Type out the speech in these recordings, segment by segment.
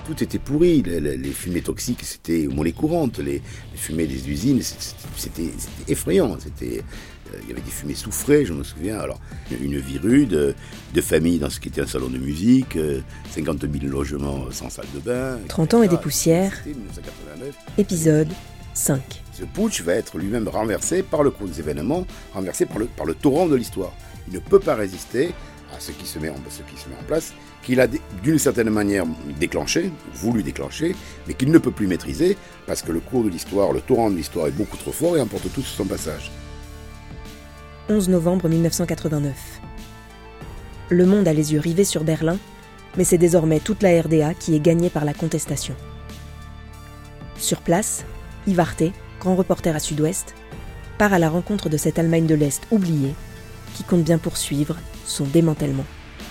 tout était pourri. Les fumées toxiques, c'était monnaie courante. Les fumées des usines, c'était effrayant. Il y avait des fumées soufrées, je me souviens. Alors, une vie rude, de familles dans ce qui était un salon de musique, 50 000 logements sans salle de bain. 30 ans et des poussières, 1989. épisode 5. Ce putsch va être lui-même renversé par le cours des événements, renversé par le torrent de l'histoire. Il ne peut pas résister à ce qui se met en place, qu'il a d'une certaine manière voulu déclencher, mais qu'il ne peut plus maîtriser, parce que le cours de l'histoire, le torrent de l'histoire est beaucoup trop fort et emporte tout sur son passage. 11 novembre 1989. Le monde a les yeux rivés sur Berlin, mais c'est désormais toute la RDA qui est gagnée par la contestation. Sur place, Yves Arté, grand reporter à Sud-Ouest, part à la rencontre de cette Allemagne de l'Est oubliée, qui compte bien poursuivre son démantèlement.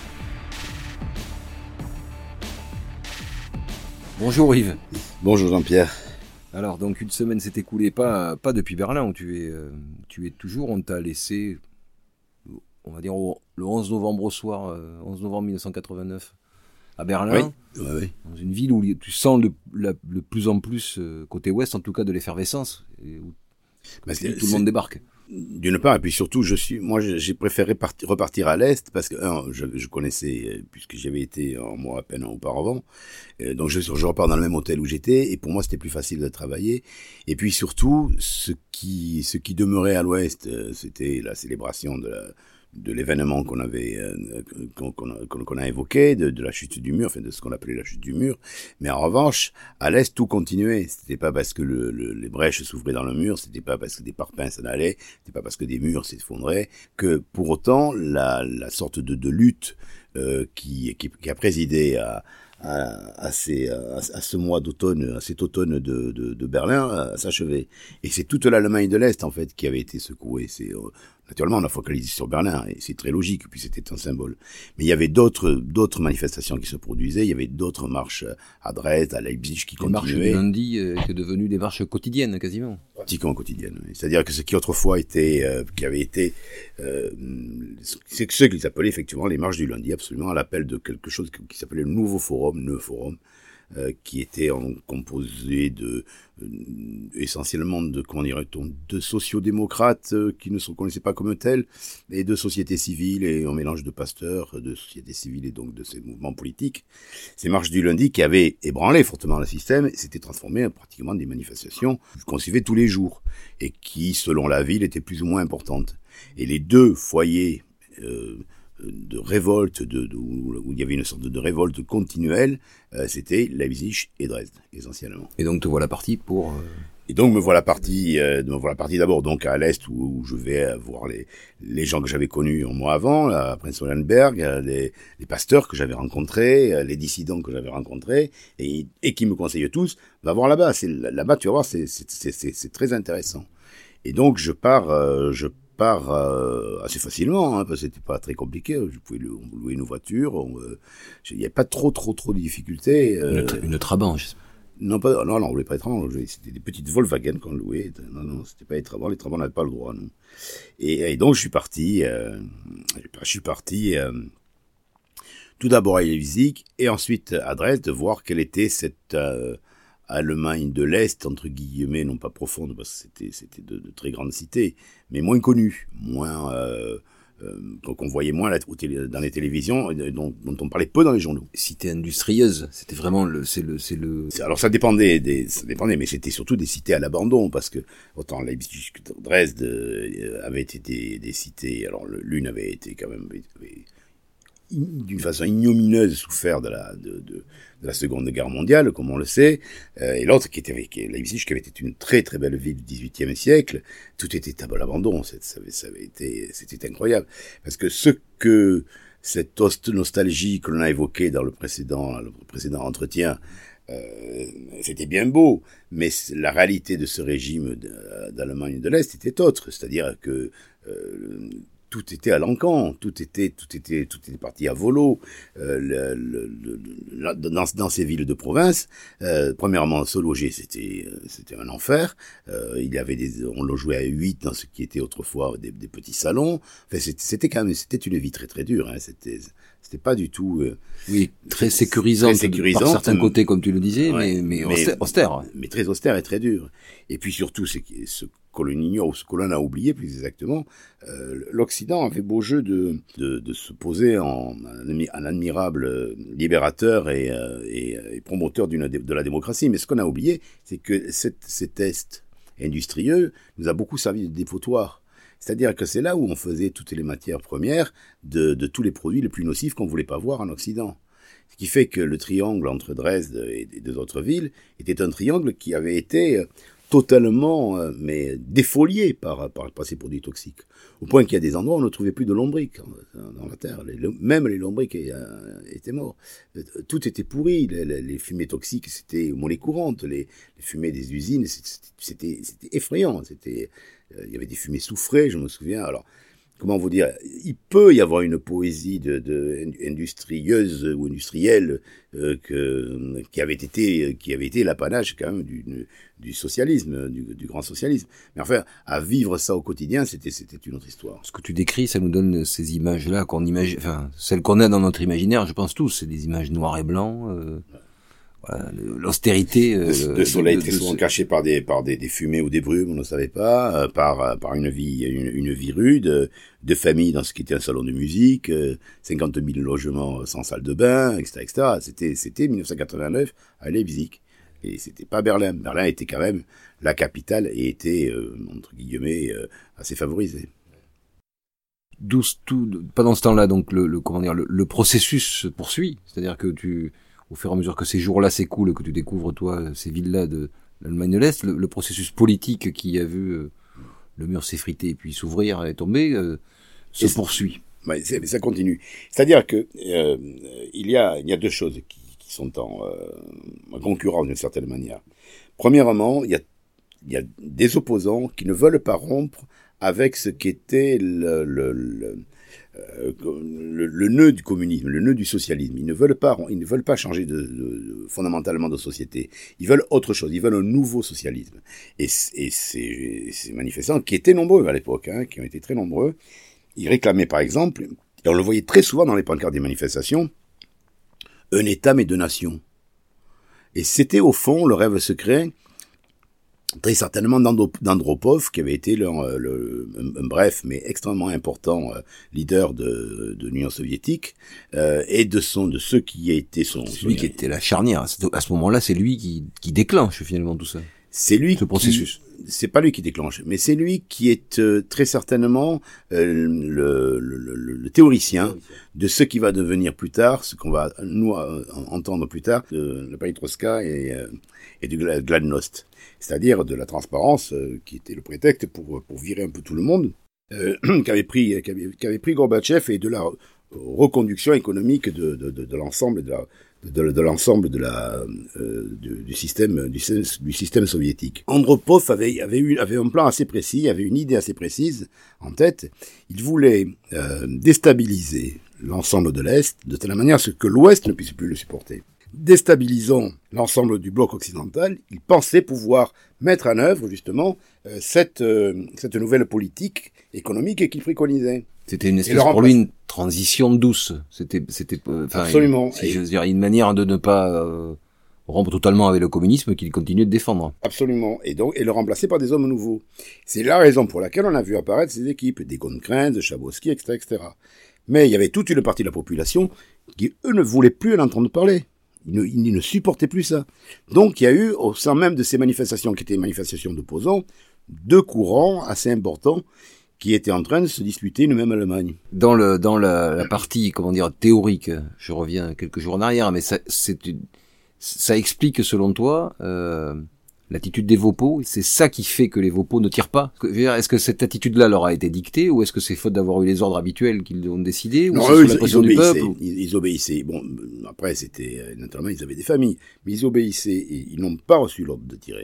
Bonjour Yves. Bonjour Jean-Pierre. Alors donc une semaine s'est écoulée, pas depuis Berlin où tu es toujours, on t'a laissé, on va dire le 11 novembre au soir, 11 novembre 1989 à Berlin, Oui. Dans une ville où tu sens le plus en plus, côté ouest en tout cas, de l'effervescence, et où tout le monde débarque. D'une part, et puis surtout, j'ai préféré repartir à l'Est parce que, je connaissais, puisque j'y avais été un mois à peine auparavant, donc je repars dans le même hôtel où j'étais, et pour moi c'était plus facile de travailler. Et puis surtout, ce qui demeurait à l'Ouest, c'était la célébration de l'événement qu'on a évoqué, de la chute du mur, enfin de ce qu'on appelait la chute du mur. Mais en revanche, à l'Est, tout continuait. C'était pas parce que les brèches s'ouvraient dans le mur, c'était pas parce que des parpaings s'en allaient, c'était pas parce que des murs s'effondraient, que pour autant, la sorte de lutte qui a présidé à ce mois d'automne, à cet automne de Berlin, s'achevait. Et c'est toute l'Allemagne de l'Est, en fait, qui avait été secouée. Naturellement, on a focalisé sur Berlin, et c'est très logique, puis c'était un symbole. Mais il y avait d'autres manifestations qui se produisaient, il y avait d'autres marches à Dresde, à Leipzig qui continuaient. Les marches du lundi étaient devenues des marches quotidiennes, quasiment. Pratiquement quotidiennes, oui. C'est-à-dire que ce qui autrefois avait été, c'est ce qu'ils appelaient effectivement les marches du lundi, absolument à l'appel de quelque chose qui s'appelait le Nouveau Forum, qui était composé essentiellement de sociodémocrates qui ne se reconnaissaient pas comme tels, et de sociétés civiles, et un mélange de pasteurs, de sociétés civiles et donc de ces mouvements politiques. Ces marches du lundi qui avaient ébranlé fortement le système, s'étaient transformées en pratiquement des manifestations qu'on suivait tous les jours, et qui, selon la ville, étaient plus ou moins importantes. Et les deux foyers de révolte, où il y avait une sorte de révolte continuelle, c'était Leipzig et Dresde, essentiellement. Et donc te voilà parti pour... Et donc me voilà parti d'abord donc à l'Est où je vais voir les gens que j'avais connus un mois avant, à Prince-Hohenberg, les pasteurs que j'avais rencontrés, les dissidents que j'avais rencontrés, et qui me conseillaient tous, va voir là-bas. Là-bas, tu vas voir, c'est très intéressant. Et donc je pars assez facilement, parce que c'était pas très compliqué. Je pouvais louer une voiture. Il n'y avait pas trop de difficultés. Une Trabant, j'espère. Non, on voulait pas être Trabant. C'était des petites Volkswagen qu'on louait. Non, c'était pas les Trabant. Les Trabant n'avaient pas le droit, non. Et donc je suis parti. Tout d'abord à Leipzig et ensuite à Dresde, voir quelle était cette Allemagne de l'Est, entre guillemets, non pas profonde, parce que c'était de très grandes cités, mais moins connues, qu'on voyait moins dans les télévisions, dont on parlait peu dans les journaux. Cité industrieuse, c'était vraiment Alors ça dépendait, mais c'était surtout des cités à l'abandon, parce que autant Leipzig que Dresde avaient été des cités. Alors l'une avait été quand même d'une façon ignominieuse souffert de la Seconde Guerre mondiale, comme on le sait, et l'autre qui était Leipzig, qui avait été une très très belle ville du XVIIIe siècle. Tout était à l'abandon, c'était incroyable, parce que cette nostalgie que l'on a évoquée dans le précédent entretien, c'était bien beau, mais la réalité de ce régime d'Allemagne de l'Est était autre, c'est-à-dire que tout était à l'encan, tout était parti à volo. Dans ces villes de province, premièrement, se loger, c'était un enfer. On le jouait à 8 dans ce qui était autrefois des petits salons. Enfin, c'était une vie très très dure. Hein. C'était pas du tout. Oui, très sécurisante par certains côtés, comme tu le disais, ouais, mais austère. Mais très austère et très dur. Et puis surtout, c'est ce que l'on ignore, ou ce que l'on a oublié plus exactement, l'Occident avait beau jeu de se poser en admirable libérateur et promoteur de la démocratie. Mais ce qu'on a oublié, c'est que cet Est industrieux nous a beaucoup servi de dépotoir. C'est-à-dire que c'est là où on faisait toutes les matières premières de tous les produits les plus nocifs qu'on ne voulait pas voir en Occident. Ce qui fait que le triangle entre Dresde et deux autres villes était un triangle qui avait été totalement défolié par ces produits toxiques. Au point qu'il y a des endroits où on ne trouvait plus de lombriques dans la terre. Même les lombriques étaient morts. Tout était pourri. Les fumées toxiques, c'était monnaie courante. Les fumées des usines, c'était effrayant. Il y avait des fumées soufrées, je me souviens. Alors, comment vous dire, il peut y avoir une poésie industrieuse ou industrielle qui avait été l'apanage quand même du socialisme, du grand socialisme. Mais enfin, à vivre ça au quotidien, c'était une autre histoire. Ce que tu décris, ça nous donne ces images-là qu'on imagine, enfin, celles qu'on a dans notre imaginaire, je pense tous, c'est des images noires et blancs. Voilà, l'austérité le soleil très souvent caché par des fumées ou des brumes, on ne savait pas, par une vie rude, de famille dans ce qui était un salon de musique, 50 000 logements sans salle de bain, etc. C'était 1989 à Leipzig. Et c'était pas Berlin. Berlin était quand même la capitale et était, entre guillemets, assez favorisée. Pendant ce temps-là, donc, le processus se poursuit. C'est-à-dire que au fur et à mesure que ces jours-là s'écoulent, que tu découvres, toi, ces villes-là de l'Allemagne de l'Est, le processus politique qui a vu le mur s'effriter et puis s'ouvrir et tomber, se poursuit. Ouais, ça continue. C'est-à-dire que il y a deux choses qui sont en concurrence d'une certaine manière. Premièrement, il y a des opposants qui ne veulent pas rompre avec ce qu'était le nœud du communisme, le nœud du socialisme. Ils ne veulent pas changer fondamentalement de société. Ils veulent autre chose. Ils veulent un nouveau socialisme. Et ces manifestants, qui étaient nombreux à l'époque, qui ont été très nombreux, ils réclamaient par exemple, et on le voyait très souvent dans les pancartes des manifestations, un État mais deux nations. Et c'était au fond le rêve secret, très certainement d'Andropov, qui avait été un bref mais extrêmement important leader de l'Union soviétique, et de ceux qui étaient celui qui était la charnière. À ce moment-là, c'est lui qui déclenche finalement tout ça. C'est lui ce processus. C'est pas lui qui déclenche, mais c'est lui qui est très certainement le théoricien de ce qui va devenir plus tard, ce qu'on va nous entendre plus tard, de la Palitroska et du Gladnost, c'est-à-dire de la transparence qui était le prétexte pour virer un peu tout le monde, qu'avait pris Gorbatchev, et de la reconduction économique de l'ensemble du système soviétique. Andropov avait un plan assez précis, avait une idée assez précise en tête. Il voulait déstabiliser l'ensemble de l'Est de telle manière que l'Ouest ne puisse plus le supporter. Déstabilisant l'ensemble du bloc occidental, il pensait pouvoir mettre en œuvre justement cette nouvelle politique économique qu'il préconisait. C'était une espèce pour lui une transition douce. C'était absolument. Une manière de ne pas rompre totalement avec le communisme qu'il continuait de défendre. Absolument. Et le remplacer par des hommes nouveaux. C'est la raison pour laquelle on a vu apparaître ces équipes, des Gonkrens, Chabowski, etc. Mais il y avait toute une partie de la population qui, eux, ne voulaient plus en entendre parler. Ils ne supportaient plus ça. Donc il y a eu, au sein même de ces manifestations qui étaient des manifestations d'opposants, deux courants assez importants qui étaient en train de se disputer une même Allemagne. Dans la partie, théorique, je reviens quelques jours en arrière, mais ça explique, selon toi, l'attitude des Vopos. C'est ça qui fait que les Vopos ne tirent pas. Est-ce que cette attitude-là leur a été dictée, ou est-ce que c'est faute d'avoir eu les ordres habituels qu'ils ont décidé, ou non, c'est sous la pression du peuple? Ils obéissaient. Bon, après, naturellement, ils avaient des familles, mais ils obéissaient et ils n'ont pas reçu l'ordre de tirer.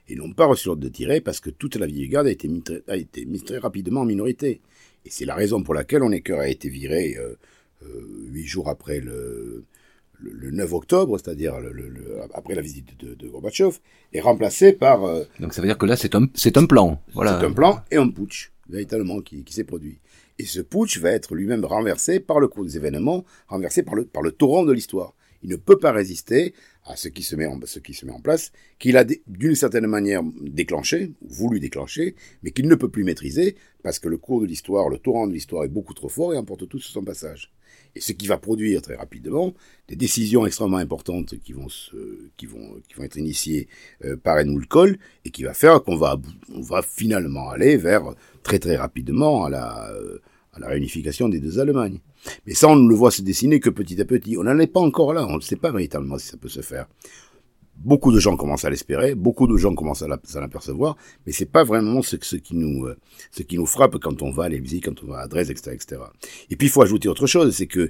Ils n'ont pas reçu l'ordre de tirer parce que toute la vieille garde a été mise très rapidement en minorité. Et c'est la raison pour laquelle Honecker a été viré 8 jours après le 9 octobre, c'est-à-dire après la visite de Gorbatchev, est remplacé par... Donc ça veut dire que là, c'est un plan. Voilà. C'est un plan et un putsch, véritablement, qui s'est produit. Et ce putsch va être lui-même renversé par le cours des événements, renversé par le torrent de l'histoire. Il ne peut pas résister à ce qui se met en place, qu'il a d'une certaine manière déclenché, voulu déclencher, mais qu'il ne peut plus maîtriser, parce que le cours de l'histoire, le torrent de l'histoire est beaucoup trop fort et emporte tout sur son passage. Et ce qui va produire très rapidement des décisions extrêmement importantes qui vont être initiées par Helmut Kohl, et qui va faire qu'on va finalement aller vers très très rapidement à la réunification des deux Allemagnes. Mais ça, on ne le voit se dessiner que petit à petit. On n'en est pas encore là, on ne sait pas véritablement si ça peut se faire. Beaucoup de gens commencent à l'espérer, beaucoup de gens commencent à l'apercevoir, mais c'est pas vraiment ce qui nous frappe quand on va à Leipzig, quand on va à Dresde, etc., etc. Et puis il faut ajouter autre chose, c'est que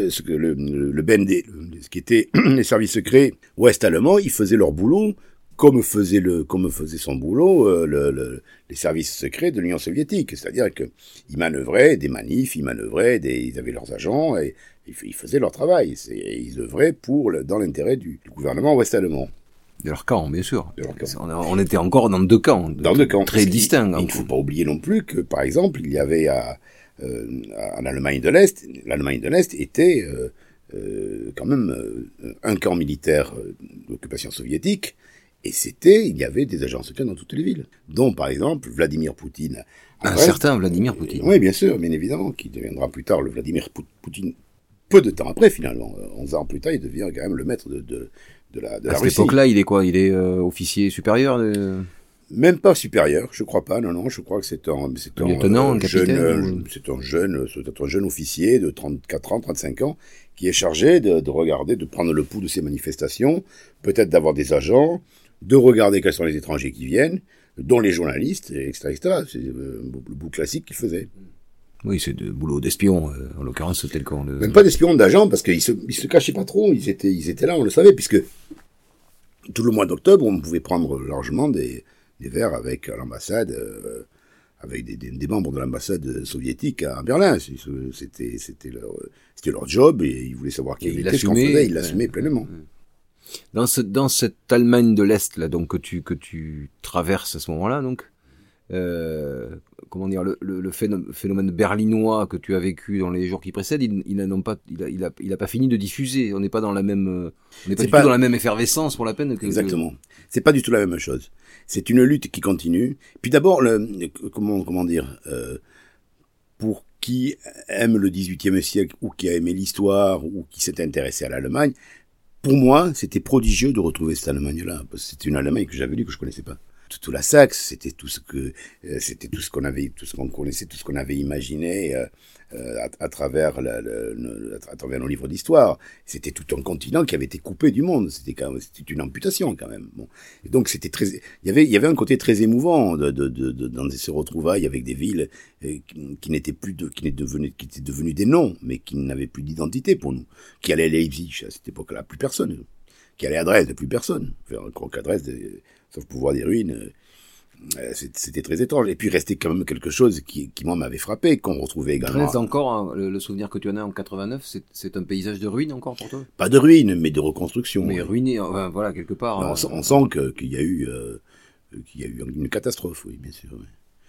le BND, ce qui était les services secrets ouest-allemands, ils faisaient leur boulot comme faisait son boulot les services secrets de l'Union soviétique, c'est-à-dire que ils manœuvraient des manifs, ils avaient leurs agents et ils faisaient leur travail, ils œuvraient dans l'intérêt du gouvernement ouest-allemand. De leur camp, bien sûr. On était encore dans deux camps, très distincts. Il ne faut pas oublier non plus que, par exemple, il y avait en Allemagne de l'Est, l'Allemagne de l'Est était quand même un camp militaire d'occupation soviétique. Et il y avait des agents secrets dans toutes les villes, dont par exemple Vladimir Poutine. Certain Vladimir Poutine. Oui, bien sûr, bien évidemment, qui deviendra plus tard le Vladimir Poutine, peu de temps après finalement. 11 ans plus tard, il devient quand même le maître de la Russie. À cette époque-là, il est quoi ? Il est officier supérieur Même pas supérieur, je crois pas, non, je crois que c'est un lieutenant, un capitaine, c'est un jeune officier de 34 ans, 35 ans, qui est chargé de regarder, de prendre le pouls de ces manifestations, peut-être d'avoir des agents, de regarder quels sont les étrangers qui viennent, dont les journalistes, etc., etc. C'est le bout classique qu'il faisait. Oui, c'est de boulot d'espion, en l'occurrence, tel qu'on le... Même pas d'espion, d'agent, parce qu'ils se cachaient pas trop, ils étaient là, on le savait, puisque tout le mois d'octobre, on pouvait prendre largement des verres avec l'ambassade, avec des membres de l'ambassade soviétique à Berlin. C'était leur job, et ils voulaient savoir qui était, ce qu'on faisait, ils l'assumaient pleinement. Dans cette Allemagne de l'Est là, donc que tu traverses à ce moment-là, donc comment dire, le phénomène berlinois que tu as vécu dans les jours qui précèdent, il a pas fini de diffuser. On n'est pas dans la même, dans la même effervescence pour la peine. Exactement. C'est pas du tout la même chose. C'est une lutte qui continue. Puis d'abord, comment dire, pour qui aime le XVIIIe siècle ou qui a aimé l'histoire ou qui s'est intéressé à l'Allemagne. Pour moi, c'était prodigieux de retrouver cette Allemagne-là, parce que c'était une Allemagne que j'avais lue, que je connaissais pas. Tout la Saxe, c'était tout ce qu'on connaissait, tout ce qu'on avait imaginé à travers nos livres d'histoire. C'était tout un continent qui avait été coupé du monde. C'était une amputation quand même. Bon. Et donc c'était il y avait un côté très émouvant dans ces retrouvailles avec des villes qui étaient devenues des noms, mais qui n'avaient plus d'identité pour nous. Qui allaient à Leipzig à cette époque-là, plus personne. Qui allait à Dresde, plus personne. Enfin, qu'à Dresde, sauf pour voir des ruines, c'était très étrange. Et puis restait quand même quelque chose qui moi m'avait frappé, qu'on retrouvait également. Dresde encore, hein, le souvenir que tu en as en 89, c'est un paysage de ruines encore pour toi ? Pas de ruines, mais de reconstruction. Mais ruiné, enfin, voilà, quelque part. On sent qu'il y a eu une catastrophe, oui, bien sûr. Oui.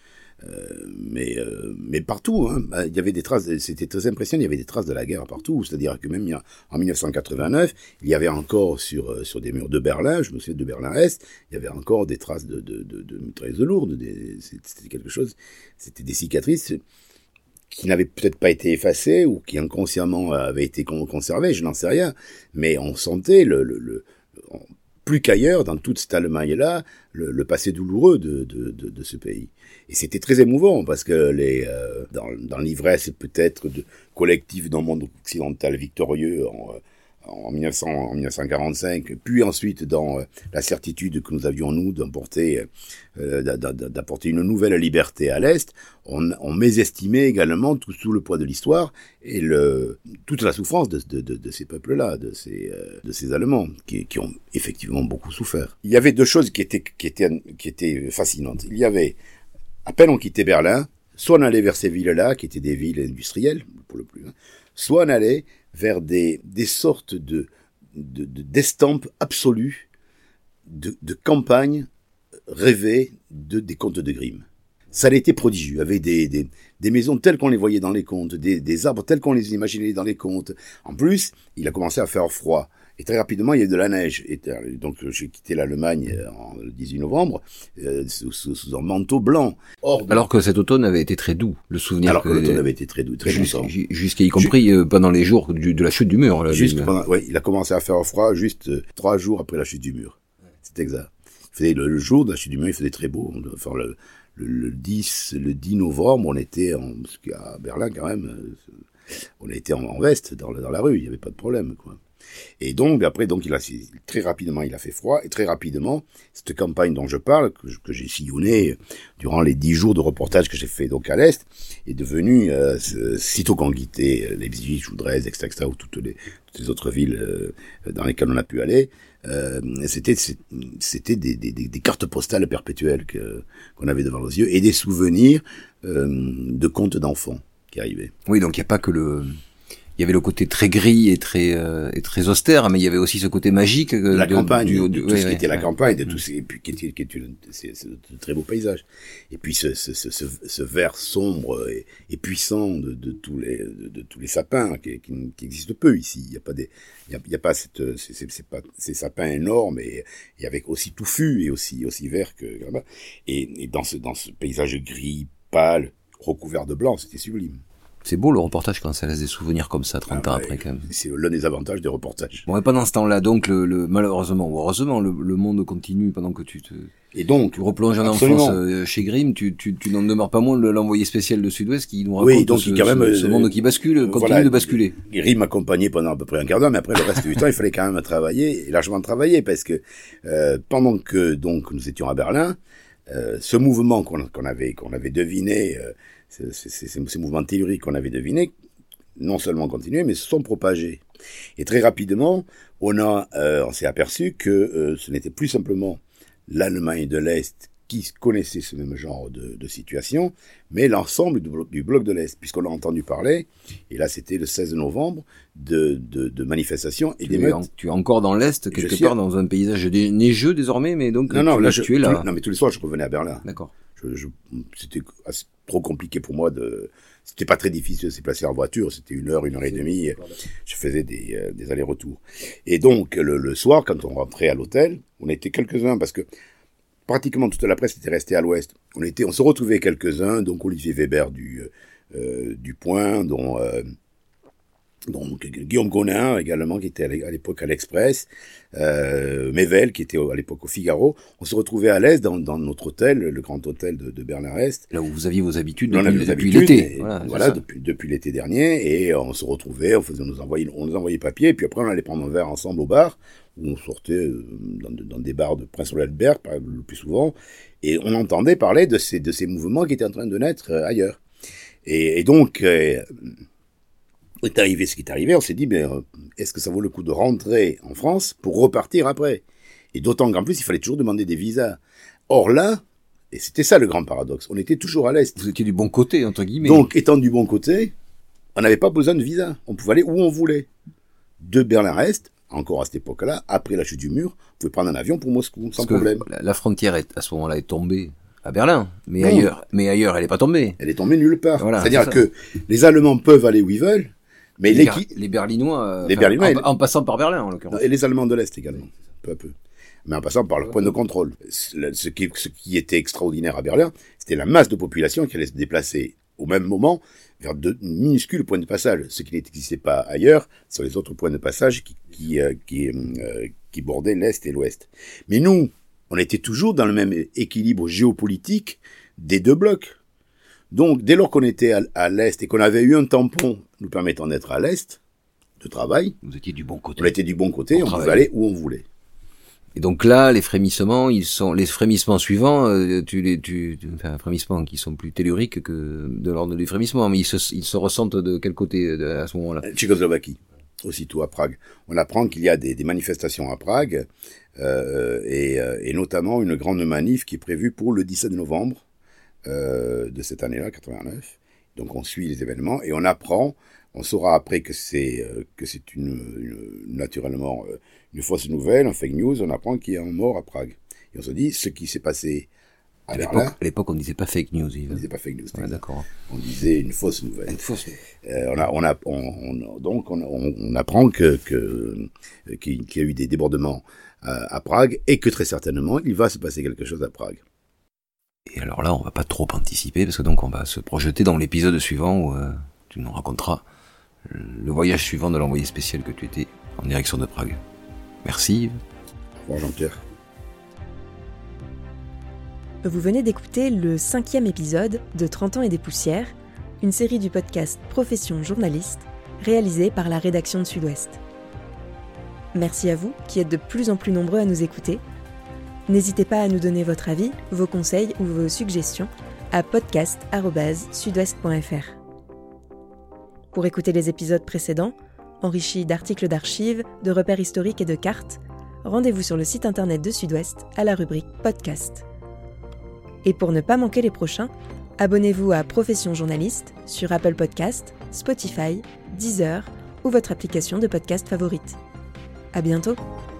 Mais partout, hein, il y avait des traces, c'était très impressionnant, il y avait des traces de la guerre partout, c'est-à-dire que même en 1989, il y avait encore sur des murs de Berlin, je me souviens de Berlin-Est, il y avait encore des traces de mitrailleuses lourdes, c'était quelque chose, c'était des cicatrices qui n'avaient peut-être pas été effacées ou qui inconsciemment avaient été conservées, je n'en sais rien, mais on sentait plus qu'ailleurs, dans toute cette Allemagne-là, le passé douloureux de ce pays. Et c'était très émouvant, parce que dans l'ivresse peut-être collective d'un monde occidental victorieux en 1945, puis ensuite dans la certitude que nous avions, nous, d'apporter une nouvelle liberté à l'Est, on mésestimait également tout sous le poids de l'histoire et toute la souffrance de ces peuples-là, de ces Allemands, qui ont effectivement beaucoup souffert. Il y avait deux choses qui étaient fascinantes. Il y avait, à peine on quittait Berlin, soit on allait vers ces villes-là, qui étaient des villes industrielles, pour le plus, soit on allait vers des sortes d'estampes absolues de campagnes rêvées des contes de Grimm. Ça a été prodigieux, avec des maisons telles qu'on les voyait dans les contes, des arbres tels qu'on les imaginait dans les contes. En plus, il a commencé à faire froid. Et très rapidement, il y a eu de la neige. Et donc, j'ai quitté l'Allemagne le 18 novembre sous un manteau blanc. Alors que cet automne avait été très doux, le souvenir. Alors que l'automne avait été très doux, très longtemps. Jusqu'à y compris pendant les jours de la chute du mur. Là, il a commencé à faire froid juste 3 jours après la chute du mur. C'est exact. Il faisait le jour de la chute du mur, il faisait très beau. Enfin, le 10 novembre, on était à Berlin quand même. On était en veste dans la rue, il n'y avait pas de problème, quoi. Et donc, après, très rapidement, il a fait froid, et très rapidement, cette campagne dont je parle, que j'ai sillonnée durant les 10 jours de reportage que j'ai fait donc à l'Est, est devenue, sitôt qu'on quittait Leipzig ou Dresde, etc., ou toutes les autres villes dans lesquelles on a pu aller, c'était des cartes postales perpétuelles qu'on avait devant nos yeux, et des souvenirs de contes d'enfants qui arrivaient. Oui, donc il n'y a pas que il y avait le côté très gris et très austère, mais il y avait aussi ce côté magique la campagne, tout ce qui était la campagne, de tous ces, et puis c'est de très beaux paysages. Et puis ce vert sombre et puissant de tous les sapins qui existent peu ici. Il y a pas ces sapins énormes et avec aussi touffus et aussi vert que là-bas. Et dans ce paysage gris pâle recouvert de blanc, c'était sublime. C'est beau le reportage quand ça laisse des souvenirs comme ça 30 ans après quand même. C'est l'un des avantages des reportages. Bon, et pendant ce temps-là, donc malheureusement ou heureusement, le monde continue pendant que tu replonges en enfance chez Grimm, tu n'en demeures pas moins l'envoyé spécial de Sud-Ouest qui nous raconte ce monde qui continue de basculer. Grimm m'accompagnait pendant à peu près un quart d'heure, mais après le reste du temps, il fallait quand même travailler, et largement travailler, parce que pendant que donc nous étions à Berlin, ce mouvement qu'on avait deviné, ces mouvements telluriques qu'on avait devinés, non seulement continué, mais se sont propagés. Et très rapidement, on s'est aperçu que ce n'était plus simplement l'Allemagne de l'Est qui connaissait ce même genre de situation, mais l'ensemble du bloc de l'Est, puisqu'on a entendu parler, et là c'était le 16 novembre, de manifestations et d'émeutes. Tu es encore dans l'Est, quelque part dans un paysage neigeux désormais, mais donc tu es là. Non, mais tous les soirs je revenais à Berlin. D'accord. C'était trop compliqué pour moi c'était pas très difficile de se déplacer en voiture, c'était 1 heure, 1 heure et demie, je faisais des allers-retours. Et donc, le soir, quand on rentrait à l'hôtel, on était quelques-uns, parce que pratiquement toute la presse était restée à l'ouest. On se retrouvait quelques-uns, donc Olivier Weber du Point, dont Guillaume Gonin également, qui était à l'époque à l'Express, Mével, qui était à l'époque au Figaro. On se retrouvait à l'Est dans notre hôtel, le grand hôtel de Berlin-Est. Là où vous aviez vos habitudes depuis l'été. Voilà, depuis l'été dernier, et on se retrouvait, on nous envoyait papier, et puis après on allait prendre un verre ensemble au bar, où on sortait dans des bars de Prince-Albert, le plus souvent, et on entendait parler de ces mouvements qui étaient en train de naître ailleurs. Et donc, est arrivé ce qui est arrivé, on s'est dit, est-ce que ça vaut le coup de rentrer en France pour repartir après? Et d'autant qu'en plus, il fallait toujours demander des visas. Or là, et c'était ça le grand paradoxe, on était toujours à l'Est. Vous étiez du bon côté, entre guillemets. Donc, étant du bon côté, on n'avait pas besoin de visa. On pouvait aller où on voulait. De Berlin-Est, encore à cette époque-là, après la chute du mur, on pouvait prendre un avion pour Moscou, sans problème. La frontière, à ce moment-là, est tombée à Berlin, mais ailleurs, elle n'est pas tombée. Elle est tombée nulle part. Voilà, c'est-à-dire que les Allemands peuvent aller où ils veulent, mais les Berlinois, en passant par Berlin, en l'occurrence. Et les Allemands de l'Est également, peu à peu. Mais en passant par le point de contrôle. Ce qui était extraordinaire à Berlin, c'était la masse de population qui allait se déplacer au même moment vers de minuscules points de passage, ce qui n'existait pas ailleurs sur les autres points de passage qui bordaient l'Est et l'Ouest. Mais nous, on était toujours dans le même équilibre géopolitique des deux blocs. Donc, dès lors qu'on était à l'Est et qu'on avait eu un tampon nous permettant d'être à l'Est, de travail. Vous étiez du bon côté. On était du bon côté, on pouvait aller où on voulait. Et donc là, les frémissements, les frémissements suivants, frémissements qui sont plus telluriques que de l'ordre des frémissements, mais ils se ressentent de quel côté à ce moment-là? Tchécoslovaquie, aussitôt à Prague. On apprend qu'il y a des manifestations à Prague, et notamment une grande manif qui est prévue pour le 17 novembre de cette année-là, 89. Donc on suit les événements et on saura après que c'est naturellement une fausse nouvelle, un fake news. On apprend qu'il y a un mort à Prague. Et on se dit, ce qui s'est passé à Berlin... À l'époque, on ne disait pas fake news. On ne disait pas fake news. Ouais, d'accord. On disait une fausse nouvelle. Une fausse nouvelle. On apprend qu'il y a eu des débordements à Prague et que très certainement, il va se passer quelque chose à Prague. Et alors là, on va pas trop anticiper, parce que donc on va se projeter dans l'épisode suivant où tu nous raconteras le voyage suivant de l'envoyé spécial que tu étais en direction de Prague. Merci Yves. Au revoir Jean-Pierre. Vous venez d'écouter le 5e épisode de 30 ans et des poussières, une série du podcast Profession journaliste, réalisée par la rédaction de Sud-Ouest. Merci à vous qui êtes de plus en plus nombreux à nous écouter. N'hésitez pas à nous donner votre avis, vos conseils ou vos suggestions à podcast@sudouest.fr. Pour écouter les épisodes précédents, enrichis d'articles d'archives, de repères historiques et de cartes, rendez-vous sur le site internet de Sud-Ouest à la rubrique Podcast. Et pour ne pas manquer les prochains, abonnez-vous à Profession journaliste sur Apple Podcast, Spotify, Deezer ou votre application de podcast favorite. À bientôt!